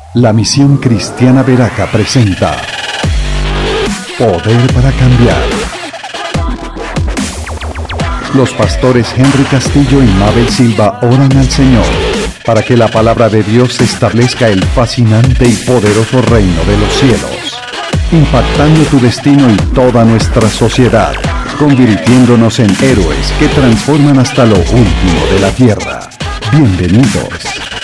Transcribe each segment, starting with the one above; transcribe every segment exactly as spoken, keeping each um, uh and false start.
La Misión Cristiana Veraca presenta Poder para Cambiar. Los pastores Henry Castillo y Mabel Silva oran al Señor para que la palabra de Dios establezca el fascinante y poderoso reino de los cielos, impactando tu destino y toda nuestra sociedad, convirtiéndonos en héroes que transforman hasta lo último de la tierra. Bienvenidos.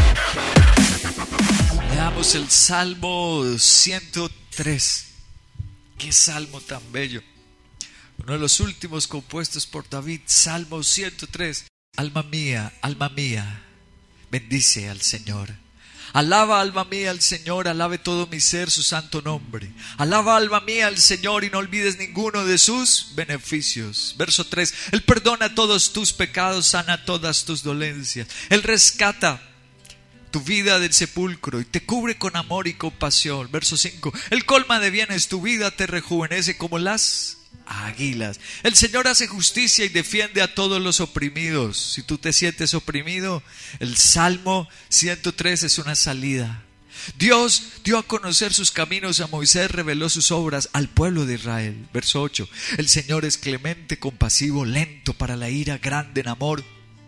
Leamos el Salmo ciento tres. Qué salmo tan bello. Uno de los últimos compuestos por David, Salmo ciento tres. Alma mía, alma mía, bendice al Señor. Alaba, alma mía, al Señor, alabe todo mi ser su santo nombre. Alaba, alma mía, al Señor y no olvides ninguno de sus beneficios. Verso tres. Él perdona todos tus pecados, sana todas tus dolencias. Él rescata tu vida del sepulcro y te cubre con amor y compasión. Verso cinco. Él colma de bienes tu vida, te rejuvenece como las águilas. El Señor hace justicia y defiende a todos los oprimidos. Si tú te sientes oprimido, el Salmo ciento tres es una salida. Dios dio a conocer sus caminos a Moisés, reveló sus obras al pueblo de Israel. Verso ocho. El Señor es clemente, compasivo, lento para la ira, grande en amor.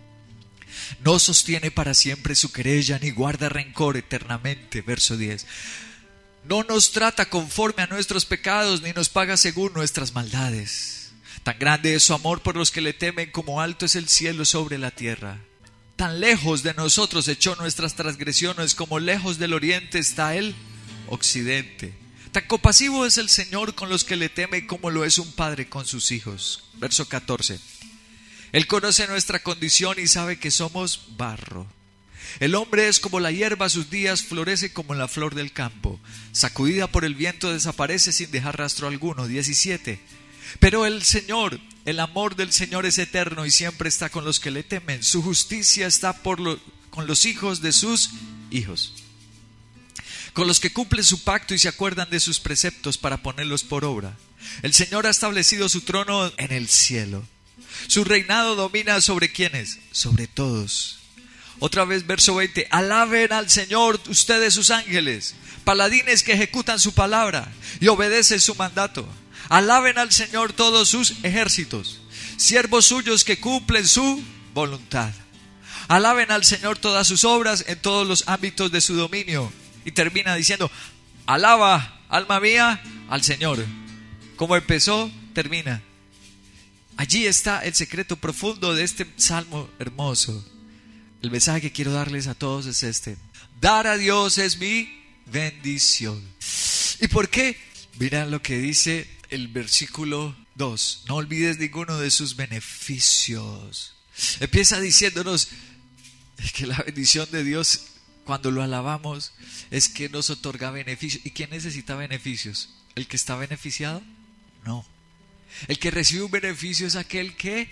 No sostiene para siempre su querella, ni guarda rencor eternamente. Verso diez. No nos trata conforme a nuestros pecados, ni nos paga según nuestras maldades. Tan grande es su amor por los que le temen, como alto es el cielo sobre la tierra. Tan lejos de nosotros echó nuestras transgresiones, como lejos del oriente está el occidente. Tan compasivo es el Señor con los que le temen, como lo es un padre con sus hijos. Verso catorce. Él conoce nuestra condición y sabe que somos barro. El hombre es como la hierba, sus días florece como la flor del campo. Sacudida por el viento desaparece sin dejar rastro alguno. diecisiete. Pero el Señor, el amor del Señor es eterno y siempre está con los que le temen. Su justicia está por lo, con los hijos de sus hijos, con los que cumplen su pacto y se acuerdan de sus preceptos para ponerlos por obra. El Señor ha establecido su trono en el cielo. Su reinado domina sobre ¿quiénes? Sobre todos. Otra vez verso veinte. Alaben al Señor ustedes sus ángeles, paladines que ejecutan su palabra y obedecen su mandato. Alaben al Señor todos sus ejércitos, siervos suyos que cumplen su voluntad. Alaben al Señor todas sus obras en todos los ámbitos de su dominio. Y termina diciendo, alaba, alma mía, al Señor. Como empezó, termina. Allí está el secreto profundo de este salmo hermoso. El mensaje que quiero darles a todos es este: dar a Dios es mi bendición. ¿Y por qué? Miren lo que dice el versículo dos. No olvides ninguno de sus beneficios. Empieza diciéndonos que la bendición de Dios, cuando lo alabamos, es que nos otorga beneficios. ¿Y quién necesita beneficios? ¿El que está beneficiado? No. El que recibe un beneficio es aquel que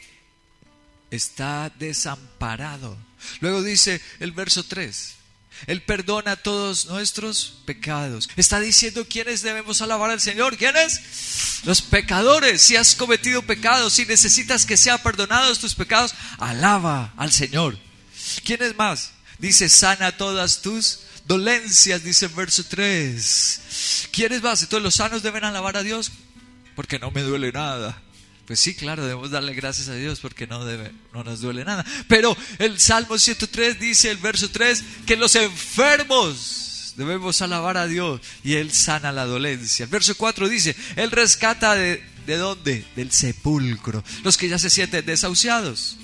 está desamparado. Luego dice el verso tres. Él perdona todos nuestros pecados. Está diciendo quiénes debemos alabar al Señor. ¿Quiénes? Los pecadores. Si has cometido pecados, si necesitas que sean perdonados tus pecados, alaba al Señor. ¿Quiénes más? Dice, sana todas tus dolencias, dice el verso tres. ¿Quiénes más? Entonces los sanos deben alabar a Dios. Porque no me duele nada. Pues sí, claro, debemos darle gracias a Dios porque no, debe, no nos duele nada. Pero el Salmo ciento tres dice, el verso tres, que los enfermos debemos alabar a Dios y Él sana la dolencia. El verso cuatro dice, Él rescata de, ¿de dónde? Del sepulcro, los que ya se sienten desahuciados.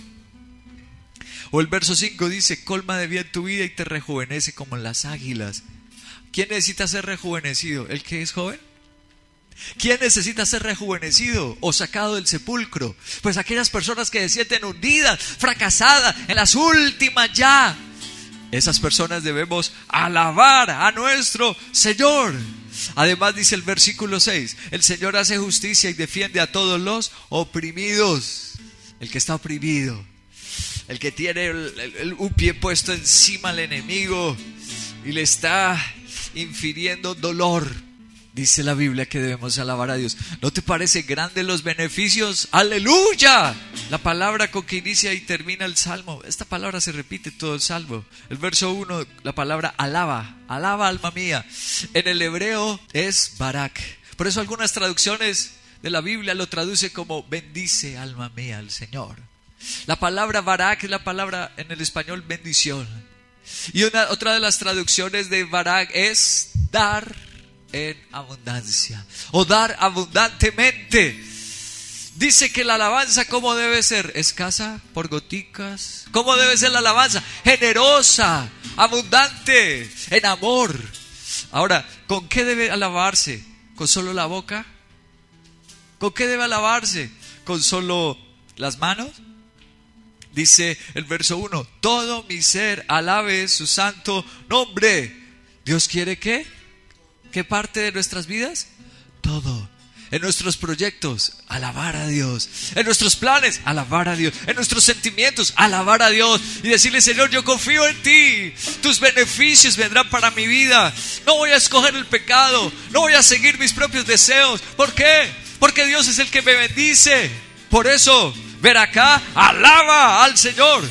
O el verso cinco dice, colma de bien tu vida y te rejuvenece como las águilas. ¿Quién necesita ser rejuvenecido? ¿El que es joven? ¿Quién necesita ser rejuvenecido o sacado del sepulcro? Pues aquellas personas que se sienten hundidas, fracasadas, en las últimas ya. Esas personas debemos alabar a nuestro Señor. Además dice el versículo seis, el Señor hace justicia y defiende a todos los oprimidos. El que está oprimido, el que tiene el, el, el, un pie puesto encima al enemigo y le está infiriendo dolor. Dice la Biblia que debemos alabar a Dios. ¿No te parecen grandes los beneficios? ¡Aleluya! La palabra con que inicia y termina el salmo, esta palabra se repite todo el salmo. El verso uno, la palabra alaba, alaba alma mía. En el hebreo es barak. Por eso algunas traducciones de la Biblia lo traduce como bendice alma mía al Señor. La palabra barak es la palabra en el español bendición. Y una, otra de las traducciones de barak es dar en abundancia o dar abundantemente. Dice que la alabanza, ¿cómo debe ser? Escasa, por goticas. ¿Cómo debe ser la alabanza? Generosa, abundante, en amor. Ahora, ¿con qué debe alabarse? ¿Con solo la boca? ¿Con qué debe alabarse? ¿Con solo las manos? Dice el verso uno, todo mi ser alabe su santo nombre. ¿Dios quiere qué? ¿Qué parte de nuestras vidas? Todo. En nuestros proyectos, alabar a Dios. En nuestros planes, alabar a Dios. En nuestros sentimientos, alabar a Dios. Y decirle, Señor, yo confío en ti. Tus beneficios vendrán para mi vida. No voy a escoger el pecado. No voy a seguir mis propios deseos. ¿Por qué? Porque Dios es el que me bendice. Por eso, ver acá, alaba al Señor.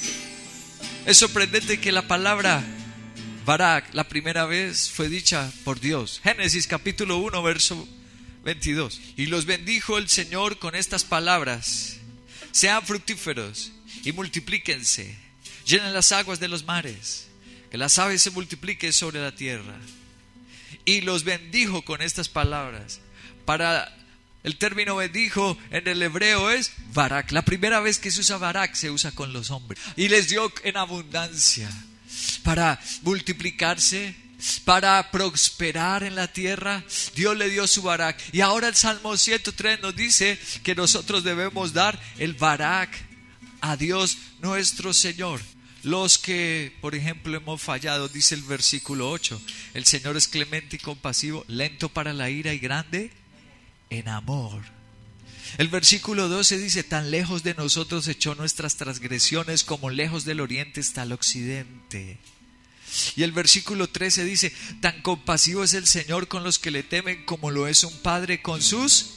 Es sorprendente que la palabra barak, la primera vez fue dicha por Dios. Génesis capítulo uno, verso veintidós. Y los bendijo el Señor con estas palabras: sean fructíferos y multiplíquense, llenen las aguas de los mares, que las aves se multipliquen sobre la tierra. Y los bendijo con estas palabras. Para el término bendijo en el hebreo es barak. La primera vez que se usa barak se usa con los hombres. Y les dio en abundancia para multiplicarse, para prosperar en la tierra. Dios le dio su barak. Y ahora el Salmo ciento tres nos dice que nosotros debemos dar el barak a Dios nuestro Señor. Los que, por ejemplo, hemos fallado, dice el versículo ocho, el Señor es clemente y compasivo, lento para la ira y grande en amor. El versículo doce dice, tan lejos de nosotros echó nuestras transgresiones, como lejos del oriente está el occidente. Y el versículo trece dice, tan compasivo es el Señor con los que le temen, como lo es un padre con sus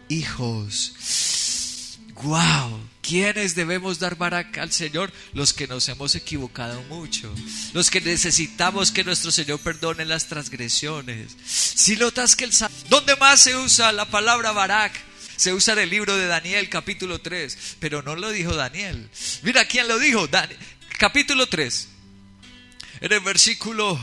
hijos. ¡Wow! ¿Quiénes debemos dar barak al Señor? Los que nos hemos equivocado mucho, los que necesitamos que nuestro Señor perdone las transgresiones. Si notas que el ¿dónde más se usa la palabra barak? Se usa en el libro de Daniel capítulo tres, pero no lo dijo Daniel. Mira quién lo dijo. Dan- capítulo tres, en el versículo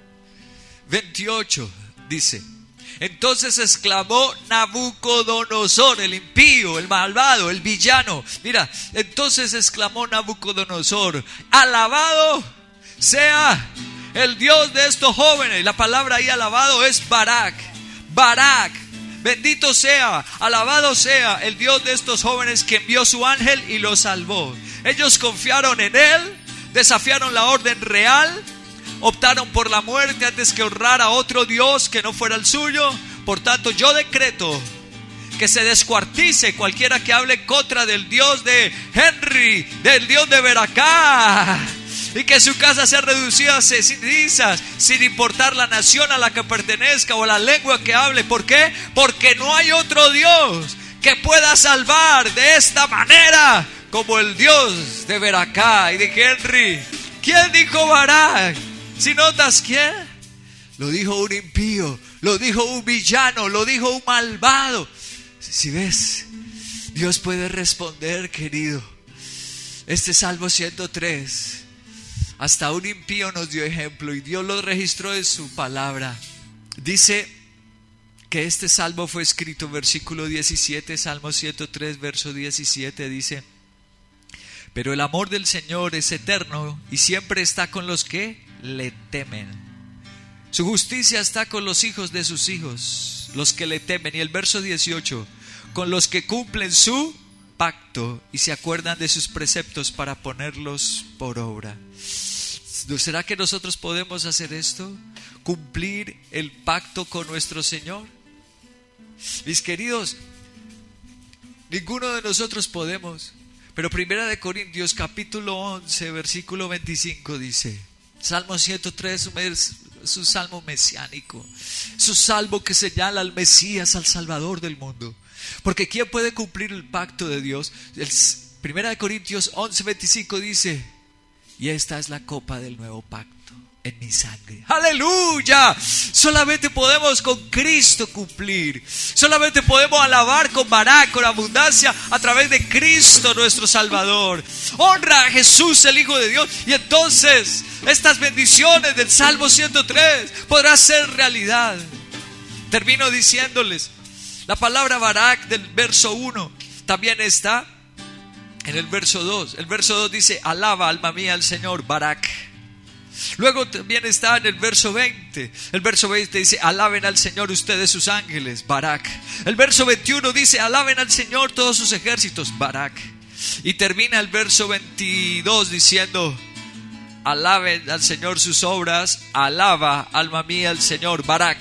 veintiocho dice, entonces exclamó Nabucodonosor, el impío, el malvado, el villano. Mira, entonces exclamó Nabucodonosor, alabado sea el Dios de estos jóvenes. Y la palabra ahí alabado es barak. Barak, bendito sea, alabado sea el Dios de estos jóvenes que envió su ángel y los salvó. Ellos confiaron en él, desafiaron la orden real, optaron por la muerte antes que honrar a otro Dios que no fuera el suyo. Por tanto, yo decreto que se descuartice cualquiera que hable contra del Dios de Henry, del Dios de Veracá, y que su casa sea reducida a cenizas, sin importar la nación a la que pertenezca o la lengua que hable. ¿Por qué? Porque no hay otro Dios que pueda salvar de esta manera como el Dios de Veracá y de Henry. ¿Quién dijo barak? Si notas quién, lo dijo un impío, lo dijo un villano, lo dijo un malvado. Si ves, Dios puede responder, querido. Este Salmo ciento tres, hasta un impío nos dio ejemplo y Dios lo registró en su palabra. Dice que este salmo fue escrito, versículo diecisiete, Salmo ciento tres, verso diecisiete, dice, pero el amor del Señor es eterno y siempre está con los que le temen. Su justicia está con los hijos de sus hijos, los que le temen. Y el verso dieciocho, con los que cumplen su pacto y se acuerdan de sus preceptos para ponerlos por obra. ¿Será que nosotros podemos hacer esto? ¿Cumplir el pacto con nuestro Señor? Mis queridos, ninguno de nosotros podemos. Pero Primera de Corintios capítulo once, versículo veinticinco dice, Salmo ciento tres es un salmo mesiánico, es un salmo que señala al Mesías, al Salvador del mundo. Porque ¿quién puede cumplir el pacto de Dios? El, Primera de Corintios once veinticinco dice: y esta es la copa del nuevo pacto en mi sangre. ¡Aleluya! Solamente podemos con Cristo cumplir. Solamente podemos alabar con Barak, con abundancia, a través de Cristo nuestro Salvador. Honra a Jesús, el Hijo de Dios, y entonces estas bendiciones del Salmo ciento tres podrán ser realidad. Termino diciéndoles, la palabra Barak del verso uno también está en el verso dos. El verso dos dice: alaba alma mía al Señor, Barak. Luego también está en el verso veinte. El verso veinte dice: alaben al Señor ustedes sus ángeles, Barak. El verso veintiuno dice: alaben al Señor todos sus ejércitos, Barak. Y termina el verso veintidós diciendo: alaben al Señor sus obras, alaba alma mía al Señor, Barak.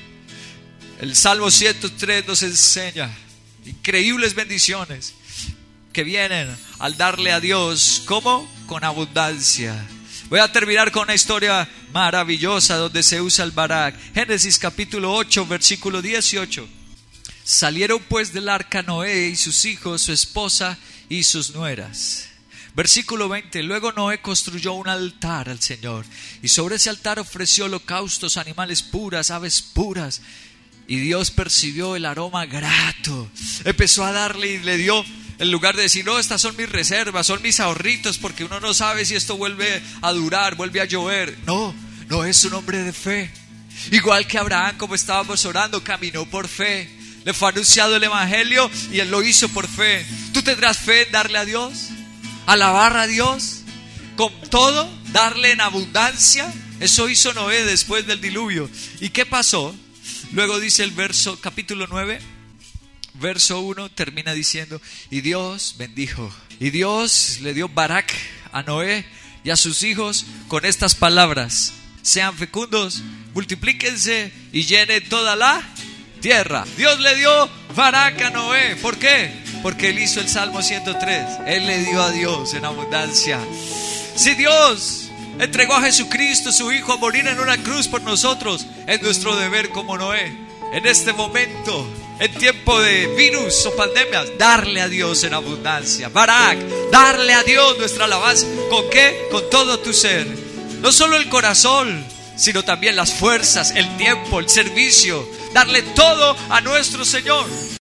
El Salmo ciento tres nos enseña increíbles bendiciones que vienen al darle a Dios, ¿cómo? Con abundancia. Voy a terminar con una historia maravillosa donde se usa el Barak. Génesis capítulo ocho, versículo dieciocho. Salieron pues del arca Noé y sus hijos, su esposa y sus nueras. Versículo veinte. Luego Noé construyó un altar al Señor, y sobre ese altar ofreció holocaustos, animales puras, aves puras. Y Dios percibió el aroma grato. Empezó a darle y le dio, en lugar de decir: no, estas son mis reservas, son mis ahorritos, porque uno no sabe si esto vuelve a durar, vuelve a llover. No, no, es un hombre de fe. Igual que Abraham, como estábamos orando, caminó por fe. Le fue anunciado el evangelio y él lo hizo por fe. ¿Tú tendrás fe en darle a Dios? ¿Alabar a Dios? ¿Con todo? ¿Darle en abundancia? Eso hizo Noé después del diluvio. ¿Y qué pasó? Luego dice el verso, capítulo nueve, verso uno, termina diciendo: y Dios bendijo. Y Dios le dio Barak a Noé y a sus hijos con estas palabras: sean fecundos, multiplíquense y llenen toda la tierra. Dios le dio Barak a Noé. ¿Por qué? Porque él hizo el Salmo ciento tres. Él le dio a Dios en abundancia. Si Dios entregó a Jesucristo, su Hijo, a morir en una cruz por nosotros, es nuestro deber como Noé, en este momento, en tiempo de virus o pandemias, darle a Dios en abundancia. Barak, darle a Dios nuestra alabanza. ¿Con qué? Con todo tu ser. No solo el corazón, sino también las fuerzas, el tiempo, el servicio. Darle todo a nuestro Señor.